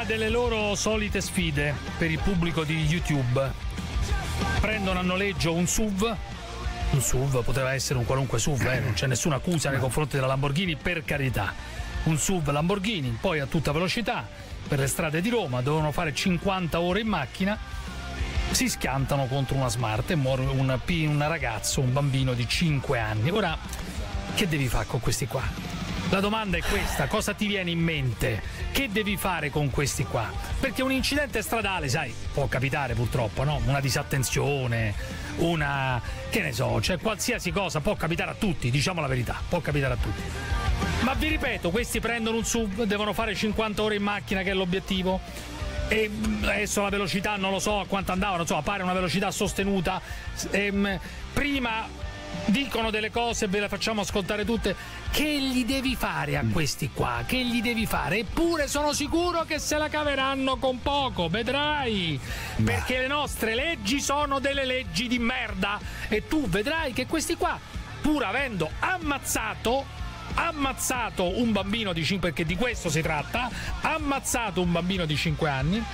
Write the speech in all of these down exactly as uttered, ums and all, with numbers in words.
una delle loro solite sfide per il pubblico di YouTube. Prendono a noleggio un S U V, un S U V, poteva essere un qualunque S U V, eh, non c'è nessuna accusa nei confronti della Lamborghini, per carità. Un S U V Lamborghini, poi a tutta velocità, per le strade di Roma, dovevano fare cinquanta ore in macchina, si schiantano contro una Smart e muore un, un ragazzo, un bambino di cinque anni. Ora, che devi fare con questi qua? La domanda è questa: cosa ti viene in mente? Che devi fare con questi qua? Perché un incidente stradale, sai, può capitare purtroppo, no? Una disattenzione, una... che ne so, cioè qualsiasi cosa può capitare a tutti, diciamo la verità, può capitare a tutti. Ma vi ripeto, questi prendono un S U V, devono fare cinquanta ore in macchina, che è l'obiettivo, e adesso la velocità non lo so a quanto andavano, non so, pare una velocità sostenuta. Ehm, prima dicono delle cose, ve le facciamo ascoltare tutte. Che gli devi fare a questi qua? Che gli devi fare? Eppure sono sicuro che se la caveranno con poco, vedrai, perché le nostre leggi sono delle leggi di merda, e tu vedrai che questi qua, pur avendo ammazzato ammazzato un bambino di cinque, perché di questo si tratta, ammazzato un bambino di cinque anni,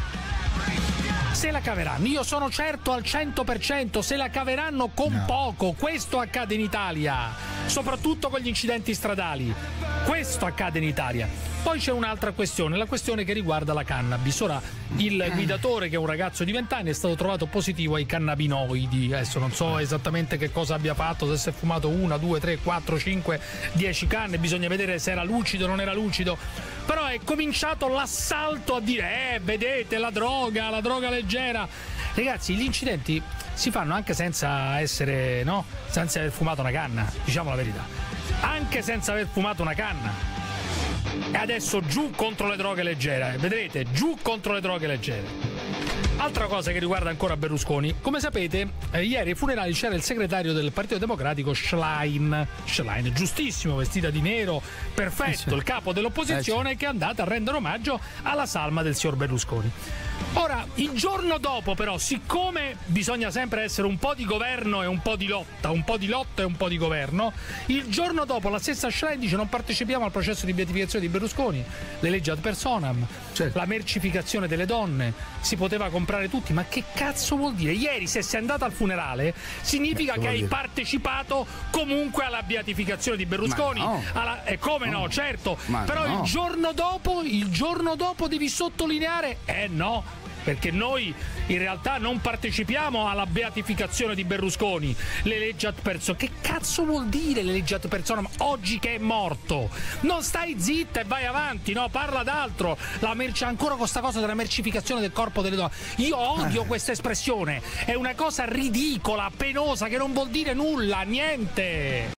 se la caveranno. Io sono certo al cento per cento, se la caveranno con no. poco. Questo accade in Italia, soprattutto con gli incidenti stradali. Questo accade in Italia. Poi c'è un'altra questione, la questione che riguarda la cannabis. Ora, il guidatore, che è un ragazzo di venti anni, è stato trovato positivo ai cannabinoidi. Adesso non so esattamente che cosa abbia fatto, se si è fumato una, due, tre, quattro, cinque, dieci canne, bisogna vedere se era lucido o non era lucido. Però è cominciato l'assalto a dire eh, vedete, la droga, la droga leggera. Ragazzi, gli incidenti si fanno anche senza essere, no? Senza aver fumato una canna, diciamo la verità. Anche senza aver fumato una canna. E adesso giù contro le droghe leggere, vedrete, giù contro le droghe leggere. Altra cosa che riguarda ancora Berlusconi, come sapete, eh, ieri ai funerali c'era il segretario del Partito Democratico Schlein, Schlein, giustissimo, vestita di nero, perfetto, eh sì. il capo dell'opposizione, eh sì. che è andato a rendere omaggio alla salma del signor Berlusconi. Ora, il giorno dopo però, siccome bisogna sempre essere un po' di governo e un po' di lotta, un po' di lotta e un po' di governo, il giorno dopo la stessa Schlein dice non partecipiamo al processo di beatificazione di Berlusconi, le leggi ad personam, certo. la mercificazione delle donne, si poteva comprare tutti, ma che cazzo vuol dire? Ieri se sei andato al funerale significa che, che hai dire? partecipato comunque alla beatificazione di Berlusconi, no. alla... e come no, no certo, ma però no. il giorno dopo, il giorno dopo devi sottolineare, eh no, perché noi in realtà non partecipiamo alla beatificazione di Berlusconi, le leggi ad personam. Che cazzo vuol dire le leggi ad personam oggi che è morto? Non stai zitta e vai avanti, no, parla d'altro. La merce, ancora questa cosa della mercificazione del corpo delle donne, io odio questa espressione, è una cosa ridicola, penosa, che non vuol dire nulla, niente.